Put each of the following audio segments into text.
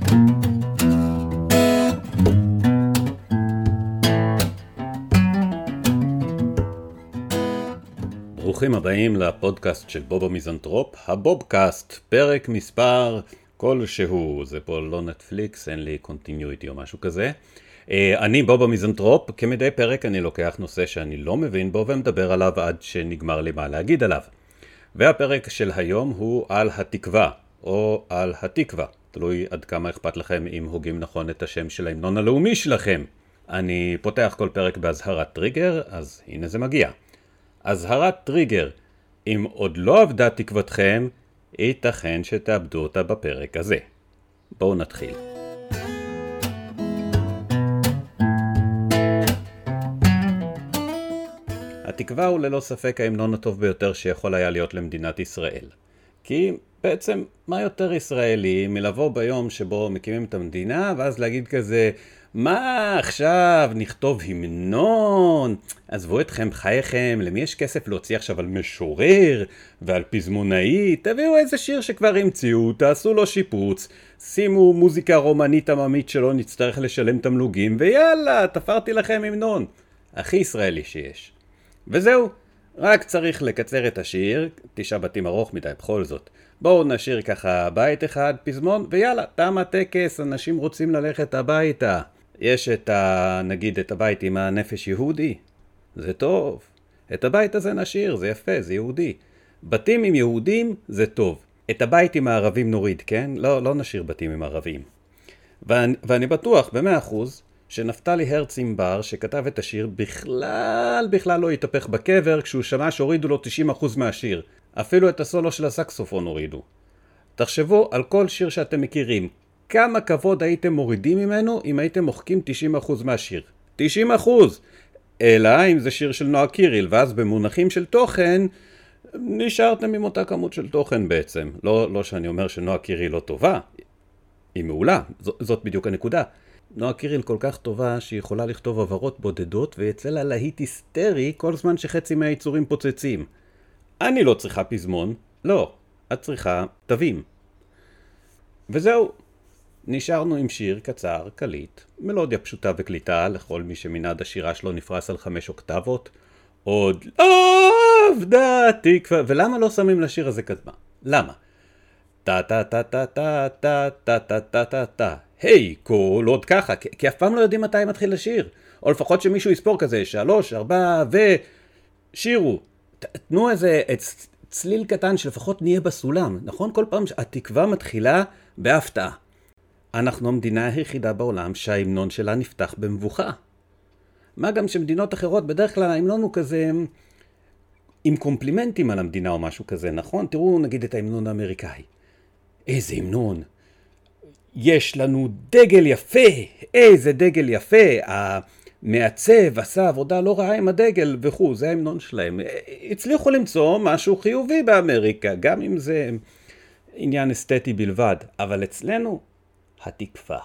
ברוכים הבאים לפודקאסט של בוב המיזנטרופ, הבובקאסט, פרק מספר כלשהו, זה פה לא נטפליקס, אין לי קונטיניויטי או משהו כזה. אני בוב המיזנטרופ, כמדי פרק אני לוקח נושא שאני לא מבין בו ומדבר עליו עד שנגמר לי מה להגיד עליו. והפרק של היום הוא על התקווה, או על התקווה, תלוי עד כמה אכפת לכם אם הוגים נכון את השם של ההמנון הלאומי שלכם. אני פותח כל פרק בהזהרת טריגר, אז הנה זה מגיע. אזהרת טריגר, אם עוד לא עבדה תקוותכם, ייתכן שתאבדו אותה בפרק הזה. בואו נתחיל. התקווה הוא ללא ספק ההמנון הטוב ביותר שיכול היה להיות למדינת ישראל. כי בעצם מה יותר ישראלי מלבוא ביום שבו מקימים את המדינה ואז להגיד כזה, מה עכשיו נכתוב המנון? עזבו אתכם חייכם, למי יש כסף להוציא עכשיו על משורר ועל פזמונאי? תביאו איזה שיר שכבר המציאו, תעשו לו שיפוץ, שימו מוזיקה רומנית עממית שלא נצטרך לשלם תמלוגים ויאללה, תפרתי לכם המנון. הכי ישראלי שיש. וזהו, רק צריך לקצר את השיר, 9 בתים ארוך מדי בכל זאת. בואו נשיר ככה בית אחד, פזמון, ויאללה, תם הטקס, אנשים רוצים ללכת הביתה. יש נגיד את הבית עם הנפש יהודי, זה טוב. את הבית הזה נשיר, זה יפה, זה יהודי. בתים עם יהודים, זה טוב. את הבית עם הערבים נוריד, כן? לא נשיר בתים עם ערבים. ואני בטוח, ב100%, שנפתלי הרצימבר, שכתב את השיר, בכלל לא יתהפך בקבר, כשהוא שמע שהורידו לו 90% מהשיר. אפילו את הסולו של הסקסופון הורידו. תחשבו על כל שיר שאתם מכירים. כמה כבוד הייתם מורידים ממנו אם הייתם מוחקים 90% מהשיר? 90%! אלא אם זה שיר של נועה קיריל, ואז במונחים של תוכן, נשארתם עם אותה כמות של תוכן בעצם. לא שאני אומר שנועה קיריל לא טובה. היא מעולה, זאת בדיוק הנקודה. נועה קיריל כל כך טובה שהיא יכולה לכתוב עברות בודדות ויצא לה להיט היסטרי כל זמן שחצי מהיצורים פוצצים. אני לא צריכה פזמון, לא, את צריכה תווים. וזהו, נשארנו עם שיר קצר, קליט, מלודיה פשוטה וקליטה לכל מי שמנעד השירה שלו נפרס על 5 אוקטבות. עוד לא עבדה תקווה, ולמה לא שמים לשיר הזה קדמה? למה? טה טה טה טה טה טה טה טה טה טה טה היי, כל עוד ככה, כי אף פעם לא יודעים מתי מתחיל לשיר. או לפחות שמישהו יספור כזה, 3, 4 ושירו. תנו איזה צליל קטן שלפחות נהיה בסולם, נכון? כל פעם התקווה מתחילה בהפתעה. אנחנו המדינה היחידה בעולם שההמנון שלה נפתח במבוכה. מה גם שמדינות אחרות בדרך כלל ההמנון הוא כזה עם קומפלימנטים על המדינה או משהו כזה, נכון? תראו נגיד את ההמנון האמריקאי. איזה המנון. יש לנו דגל יפה, איזה דגל יפה, המעצב עשה עבודה לא רעה עם הדגל וכו', זה ההמנון שלהם. הצליחו למצוא משהו חיובי באמריקה, גם אם זה עניין אסתטי בלבד, אבל אצלנו התקווה.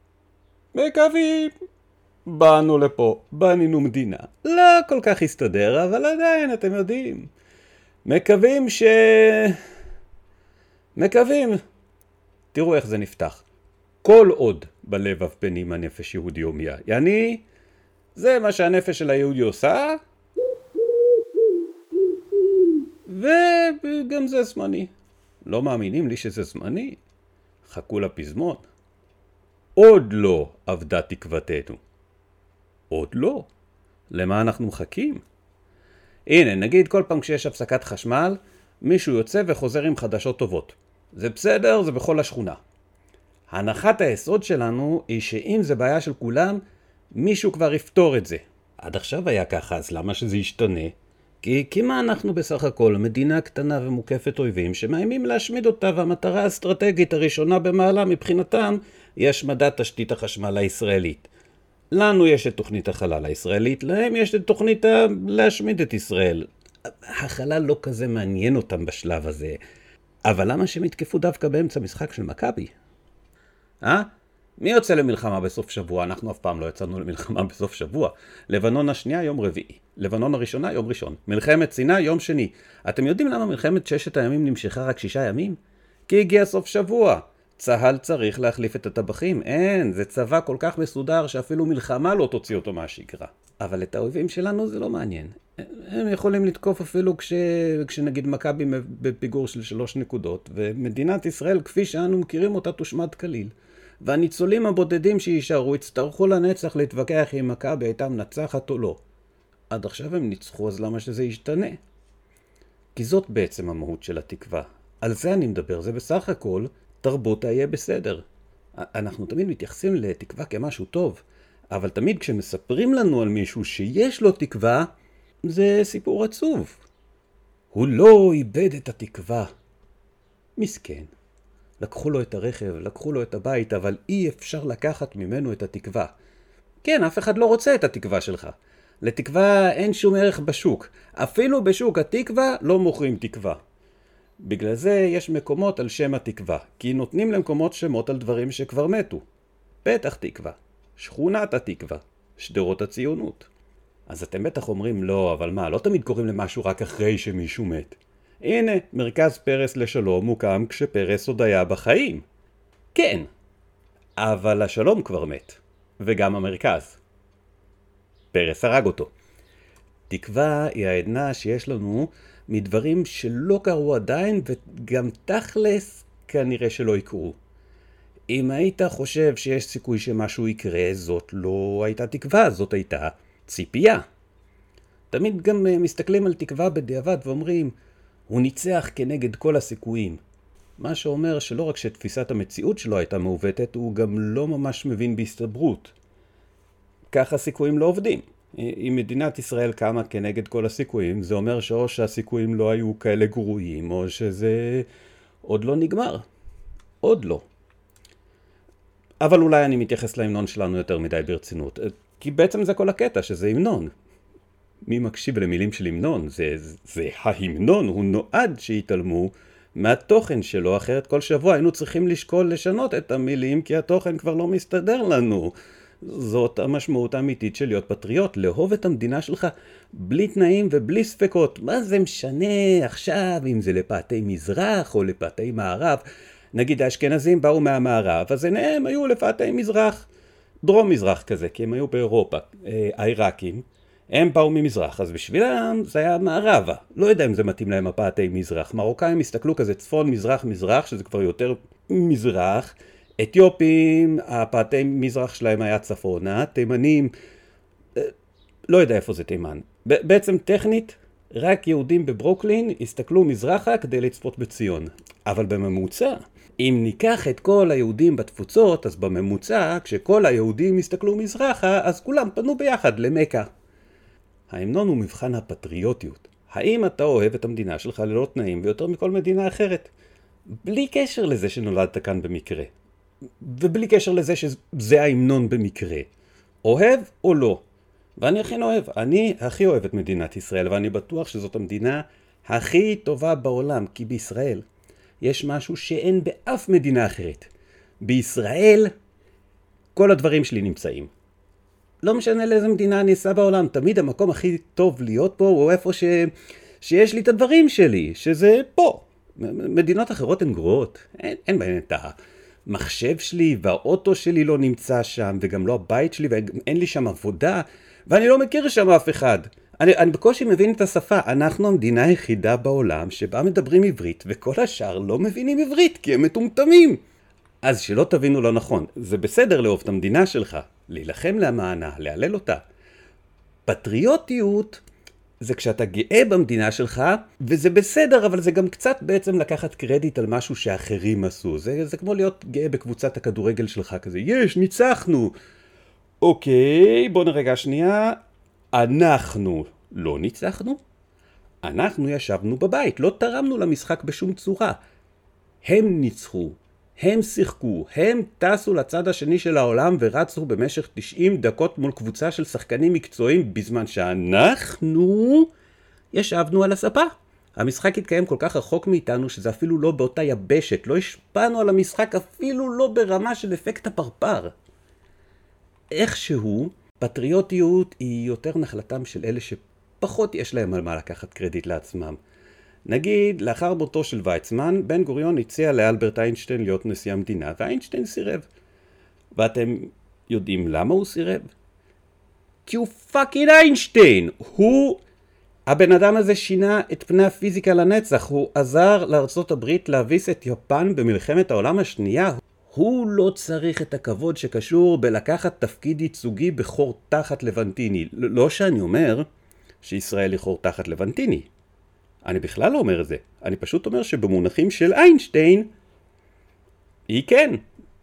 מקווים, באנו לפה, בנינו מדינה, לא כל כך הסתדר, אבל עדיין אתם יודעים. מקווים, תראו איך זה נפתח. כל עוד בלב אף פנים הנפש יהודי הומיה. יעני, זה מה שהנפש של היהודי עושה, וגם זה זמני. לא מאמינים לי שזה זמני? חכו לפזמון. עוד לא עבדה תקוותנו. עוד לא. למה אנחנו מחכים? הנה, נגיד כל פעם כשיש הפסקת חשמל, מישהו יוצא וחוזר עם חדשות טובות. זה בסדר, זה בכל השכונה. הנחת היסוד שלנו היא שאם זה בעיה של כולם, מישהו כבר יפתור את זה. עד עכשיו היה ככה, אז למה שזה ישתנה? כי מה אנחנו בסך הכל? מדינה קטנה ומוקפת אויבים שמאיימים להשמיד אותה, והמטרה האסטרטגית הראשונה במעלה מבחינתם היא השמדת תשתית החשמל הישראלית. לנו יש את תוכנית החלל הישראלית, להם יש את תוכנית להשמיד את ישראל. החלל לא כזה מעניין אותם בשלב הזה. אבל למה שהם יתקפו דווקא באמצע משחק של מכבי? מי יוצא למלחמה בסוף שבוע? אנחנו אף פעם לא יצאנו למלחמה בסוף שבוע. לבנון השנייה יום רביעי, לבנון הראשונה יום ראשון, מלחמת סיני יום שני. אתם יודעים למה מלחמת 6 הימים נמשכה רק 6 ימים? כי הגיע סוף שבוע. צהל צריך להחליף את הטבחים. אין, זה צבא כל כך מסודר שאפילו מלחמה לא תוציא אותו מהשגרה. אבל את האויבים שלנו זה לא מעניין. הם יכולים לתקוף אפילו כשנגיד מכבי בפיגור של 3 נקודות, ומדינת ישראל כפי שאנו מכירים אותה תושמד כליל. והניצולים הבודדים שישארו יצטרכו לנצח להתווכח אם מכבי הייתה מנצחת או לא. עד עכשיו הם ניצחו, אז למה שזה ישתנה? כי זאת בעצם המהות של התקווה. על זה אני מדבר, זה בסך הכל תרבות היה בסדר. אנחנו תמיד מתייחסים לתקווה כמשהו טוב, אבל תמיד כשמספרים לנו על מישהו שיש לו תקווה, זה סיפור עצוב. הוא לא איבד את התקווה. מסכן. לקחו לו את הרכב, לקחו לו את הבית, אבל אי אפשר לקחת ממנו את התקווה. כן, אף אחד לא רוצה את התקווה שלך. לתקווה אין שום ערך בשוק. אפילו בשוק התקווה לא מוכרים תקווה. בגלל זה יש מקומות על שם התקווה, כי נותנים למקומות שמות על דברים שכבר מתו. פתח תקווה, שכונת התקווה, שדרות הציונות. אז אתם בטח אומרים לא, אבל מה, לא תמיד קוראים למשהו רק אחרי שמישהו מת. הנה, מרכז פרס לשלום מוקם כשפרס עוד היה בחיים. כן, אבל השלום כבר מת, וגם המרכז. פרס הרג אותו. תקווה היא העדנה שיש לנו מדברים שלא קרו עדיין, וגם תכלס כנראה שלא יקרו. אם היית חושב שיש סיכוי שמשהו יקרה, זאת לא הייתה תקווה, זאת הייתה ציפייה. תמיד גם מסתכלים על תקווה בדיעבד ואומרים, הוא ניצח כנגד כל הסיכויים. מה שאומר שלא רק שתפיסת המציאות שלו הייתה מעוותת, הוא גם לא ממש מבין בהסתברות. ככה סיכויים לא עובדים. אם מדינת ישראל קמה כנגד כל הסיכויים, זה אומר שאו שהסיכויים לא היו כאלה גרועים, או שזה עוד לא נגמר. עוד לא. אבל אולי אני מתייחס להמנון שלנו יותר מדי ברצינות, כי בעצם זה כל הקטע, שזה המנון. מי מקשיב למילים של המנון? זה ההמנון, הוא נועד שיתעלמו מהתוכן שלו, אחרת כל שבוע היינו צריכים לשקול לשנות את המילים, כי התוכן כבר לא מסתדר לנו. זאת המשמעות האמיתית של להיות פטריוט, לאהוב את המדינה שלך בלי תנאים ובלי ספקות. מה זה משנה עכשיו אם זה לפאתי מזרח או לפאתי מערב? נגיד האשכנזים באו מהמערב, אז הם היו לפאתי מזרח, דרום מזרח כזה, כי הם היו באירופה. העיראקים, הם באו ממזרח, אז בשבילם זה היה מערבה. לא יודע אם זה מתאים להם הפאתי מזרח. מרוקאים הסתכלו כזה צפון מזרח מזרח, שזה כבר יותר מזרח. אתיופים, הפאתי מזרח שלהם היה צפונה, תימנים, לא יודע איפה זה תימן. בעצם טכנית, רק יהודים בברוקלין הסתכלו מזרחה כדי לצפות בציון. אבל בממוצע, אם ניקח את כל היהודים בתפוצות, אז בממוצע, כשכל היהודים הסתכלו מזרחה, אז כולם פנו ביחד למקה. ההמנון הוא מבחן הפטריוטיות. האם אתה אוהב את המדינה שלך ללא תנאים ויותר מכל מדינה אחרת? בלי קשר לזה שנולדת כאן במקרה. ובלי קשר לזה שזה ההמנון במקרה. אוהב או לא? ואני הכי אוהב את מדינת ישראל, ואני בטוח שזאת המדינה הכי טובה בעולם, כי בישראל יש משהו שאין באף מדינה אחרת. בישראל כל הדברים שלי נמצאים. לא משנה לאיזה מדינה אני אסע בעולם, תמיד המקום הכי טוב להיות פה הוא איפה שיש לי את הדברים שלי, שזה פה. מדינות אחרות הן גרועות, אין בהן את המחשב שלי והאוטו שלי לא נמצא שם, וגם לא הבית שלי, ואין לי שם עבודה, ואני לא מכיר שם אף אחד. אני בקושי מבין את השפה. אנחנו המדינה היחידה בעולם שבה מדברים עברית, וכל השאר לא מבינים עברית, כי הם מטומטמים. אז שלא תבינו לא נכון, זה בסדר לאהוב את המדינה שלך, להילחם למענה, להלל אותה. פטריוטיות זה כשאתה גאה במדינה שלך, וזה בסדר, אבל זה גם קצת בעצם לקחת קרדיט על משהו שאחרים עשו. זה כמו להיות גאה בקבוצת הכדורגל שלך כזה, ניצחנו. אוקיי, בוא נרגע שנייה. אנחנו לא ניצחנו? אנחנו ישבנו בבית, לא תרמנו למשחק בשום צורה. הם ניצחו, הם שיחקו, הם טסו לצד השני של העולם ורצו במשך 90 דקות מול קבוצה של שחקנים מקצועיים, בזמן שאנחנו ישבנו על הספה. המשחק התקיים כל כך רחוק מאיתנו שזה אפילו לא באותה יבשת, לא השפענו על המשחק אפילו לא ברמה של אפקט הפרפר. איכשהו, פטריוטיות היא יותר נחלתם של אלה שפחות יש להם על מה לקחת קרדיט לעצמם. נגיד, לאחר מותו של ויצמן, בן גוריון הציע לאלברט איינשטיין להיות נשיא המדינה, ואיינשטיין סירב. ואתם יודעים למה הוא סירב? כי הוא פאקינג איינשטיין! הבן אדם הזה שינה את פני הפיזיקה לנצח, הוא עזר לארצות הברית להביס את יפן במלחמת העולם השנייה. הוא לא צריך את הכבוד שקשור בלקחת תפקיד ייצוגי בחור תחת לבנטיני. לא שאני אומר שישראל היא חור תחת לבנטיני. אני בכלל לא אומר את זה. אני פשוט אומר שבמונחים של איינשטיין, היא כן.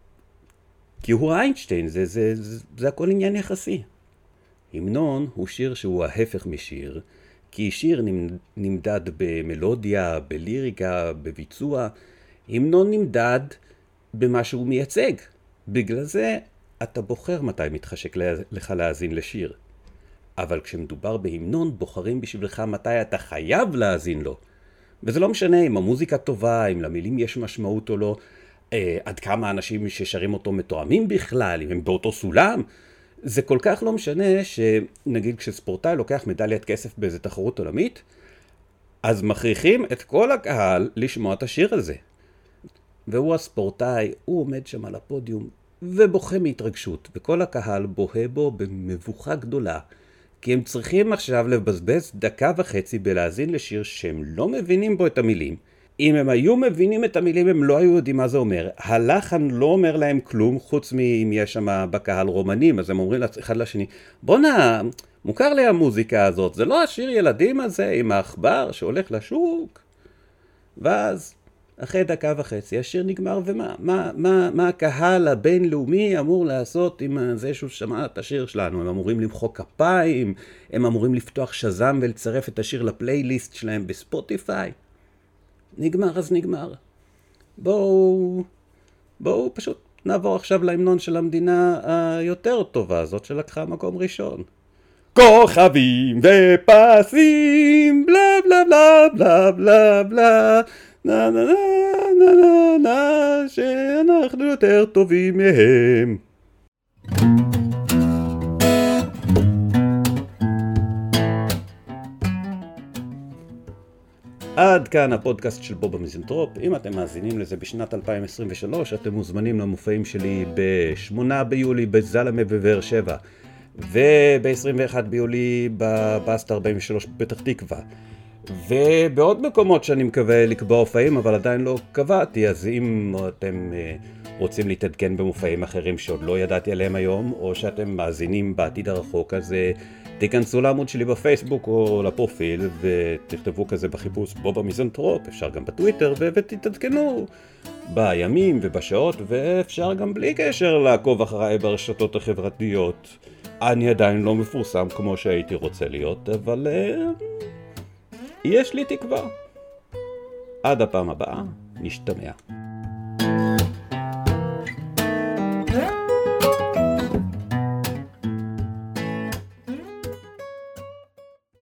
כי הוא איינשטיין, זה הכל עניין יחסי. המנון הוא שיר שהוא ההפך משיר, כי שיר נמדד במלודיה, בליריקה, בביצוע. המנון נמדד במה שהוא מייצג. בגלל זה אתה בוחר מתי מתחשק לך להאזין לשיר. אבל כשמדובר בהמנון, בוחרים בשבילך מתי אתה חייב להאזין לו. וזה לא משנה אם המוזיקה טובה, אם למילים יש משמעות או לא, עד כמה אנשים ששרים אותו מתואמים בכלל, אם הם באותו סולם. זה כל כך לא משנה שנגיד כשספורטאי לוקח מדליית כסף באיזו תחרות עולמית, אז מכריחים את כל הקהל לשמוע את השיר הזה. והוא הספורטאי, הוא עומד שם על הפודיום ובוכה מהתרגשות, וכל הקהל בוהה בו במבוכה גדולה, כי הם צריכים עכשיו לבזבז 1.5 דקה בלהאזין לשיר שהם לא מבינים בו את המילים. אם הם היו מבינים את המילים הם לא היו יודעים מה זה אומר. הלחן לא אומר להם כלום, חוץ מאם יש שם בקהל רומנים, אז הם אומרים אחד לשני, בונה, מוכר לי המוזיקה הזאת, זה לא השיר ילדים הזה עם העכבר שהולך לשוק. ואז אחרי 1.5 דקה השיר נגמר, ומה? מה הקהל הבינלאומי אמור לעשות עם זה שהוא שמע את השיר שלנו? הם אמורים למחוא כפיים, הם אמורים לפתוח שזם ולצרף את השיר לפלייליסט שלהם בספוטיפיי. נגמר אז נגמר. בואו פשוט נעבור עכשיו להמנון של המדינה היותר טובה הזאת שלקחה מקום ראשון. כוכבים ופסים בלה בלה בלה בלה בלה בלה נה נה נה נה נה נה שאנחנו יותר טובים מהם. עד כאן הפודקאסט של בוב המיזנטרופ. אם אתם מאזינים לזה בשנת 2023, אתם מוזמנים למופעים שלי ב-8 ביולי בזלמה בבאר שבע, וב-21 ביולי בבאסט 43 בפתח תקווה, ובעוד מקומות שאני מקווה לקבוע הופעים, אבל עדיין לא קבעתי. אז אם אתם רוצים להתעדכן במופעים אחרים שעוד לא ידעתי עליהם היום, או שאתם מאזינים בעתיד הרחוק, אז תיכנסו לעמוד שלי בפייסבוק או לפרופיל ותכתבו כזה בחיפוש בוב המיזנטרופ, אפשר גם בטוויטר, ותתעדכנו בימים ובשעות, ואפשר גם בלי קשר לעקוב אחריי ברשתות החברתיות. אני עדיין לא מפורסם כמו שהייתי רוצה להיות, אבל יש לי תקווה. עד הפעם הבאה, נשתמע.